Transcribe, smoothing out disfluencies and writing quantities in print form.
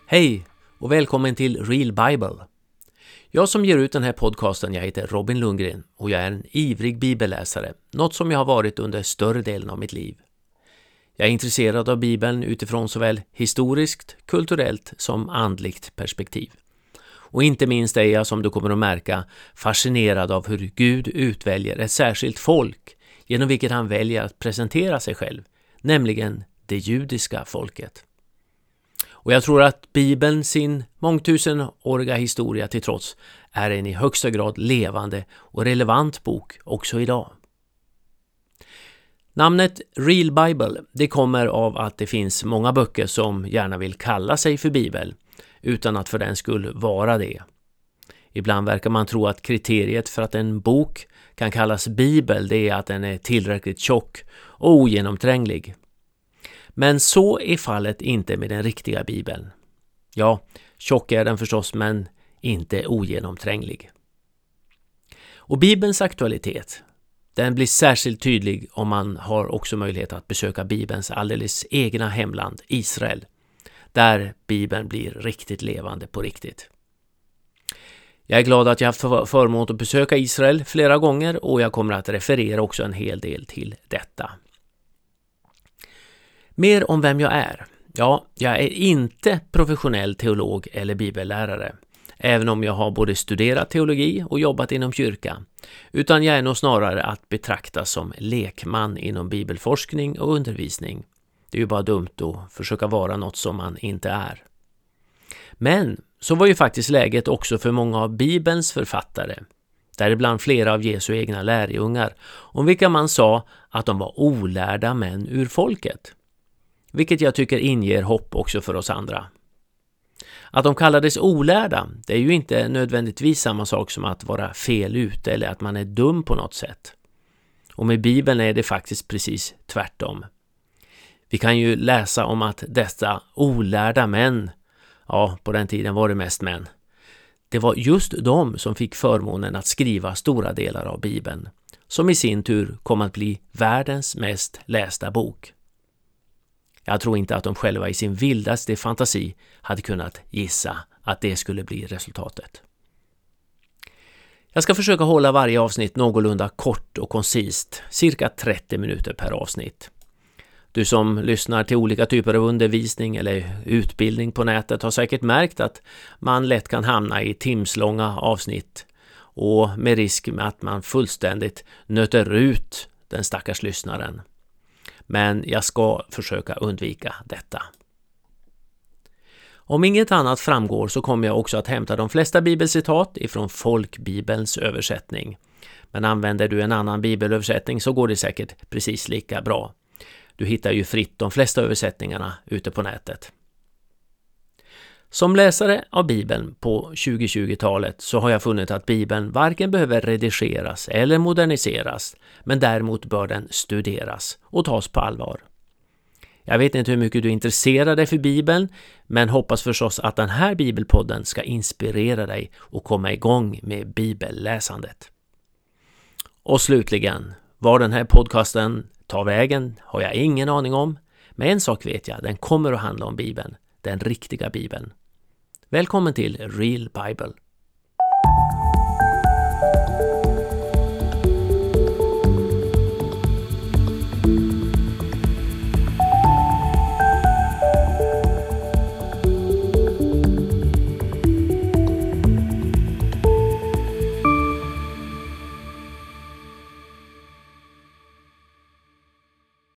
Hej och välkommen till Real Bible. Jag som ger ut den här podcasten, jag heter Robin Lundgren och jag är en ivrig bibelläsare, något som jag har varit under större delen av mitt liv. Jag är intresserad av Bibeln utifrån såväl historiskt, kulturellt som andligt perspektiv. Och inte minst är jag, som du kommer att märka, fascinerad av hur Gud utväljer ett särskilt folk genom vilket han väljer att presentera sig själv, nämligen det judiska folket. Och jag tror att Bibeln, sin mångtusenåriga historia till trots, är en i högsta grad levande och relevant bok också idag. Namnet Real Bible, det kommer av att det finns många böcker som gärna vill kalla sig för Bibel, utan att för den skull vara det. Ibland verkar man tro att kriteriet för att en bok kan kallas Bibel, det är att den är tillräckligt tjock och ogenomtränglig. Men så är fallet inte med den riktiga Bibeln. Ja, tjock är den förstås, men inte ogenomtränglig. Och Bibelns aktualitet, den blir särskilt tydlig om man har också möjlighet att besöka Bibelns alldeles egna hemland, Israel, där Bibeln blir riktigt levande på riktigt. Jag är glad att jag haft förmån att besöka Israel flera gånger och jag kommer att referera också en hel del till detta. Mer om vem jag är. Ja, jag är inte professionell teolog eller bibellärare, även om jag har både studerat teologi och jobbat inom kyrkan, utan jag är nog snarare att betrakta som lekman inom bibelforskning och undervisning. Det är ju bara dumt att försöka vara något som man inte är. Men så var ju faktiskt läget också för många av Bibelns författare, däribland flera av Jesu egna lärjungar, om vilka man sa att de var olärda män ur folket. Vilket jag tycker inger hopp också för oss andra. Att de kallades olärda, det är ju inte nödvändigtvis samma sak som att vara fel ute eller att man är dum på något sätt. Och med Bibeln är det faktiskt precis tvärtom. Vi kan ju läsa om att dessa olärda män, ja, på den tiden var det mest män, det var just de som fick förmånen att skriva stora delar av Bibeln, som i sin tur kom att bli världens mest lästa bok. Jag tror inte att de själva i sin vildaste fantasi hade kunnat gissa att det skulle bli resultatet. Jag ska försöka hålla varje avsnitt någorlunda kort och koncist, cirka 30 minuter per avsnitt. Du som lyssnar till olika typer av undervisning eller utbildning på nätet har säkert märkt att man lätt kan hamna i timslånga avsnitt och med risk med att man fullständigt nöter ut den stackars lyssnaren. Men jag ska försöka undvika detta. Om inget annat framgår så kommer jag också att hämta de flesta bibelcitat ifrån folkbibelns översättning. Men använder du en annan bibelöversättning så går det säkert precis lika bra. Du hittar ju fritt de flesta översättningarna ute på nätet. Som läsare av Bibeln på 2020-talet så har jag funnit att Bibeln varken behöver redigeras eller moderniseras, men däremot bör den studeras och tas på allvar. Jag vet inte hur mycket du är intresserad dig för Bibeln, men hoppas förstås att den här bibelpodden ska inspirera dig och komma igång med bibelläsandet. Och slutligen, var den här podcasten tar vägen har jag ingen aning om, men en sak vet jag, den kommer att handla om Bibeln, den riktiga Bibeln. Välkommen till Real Bible.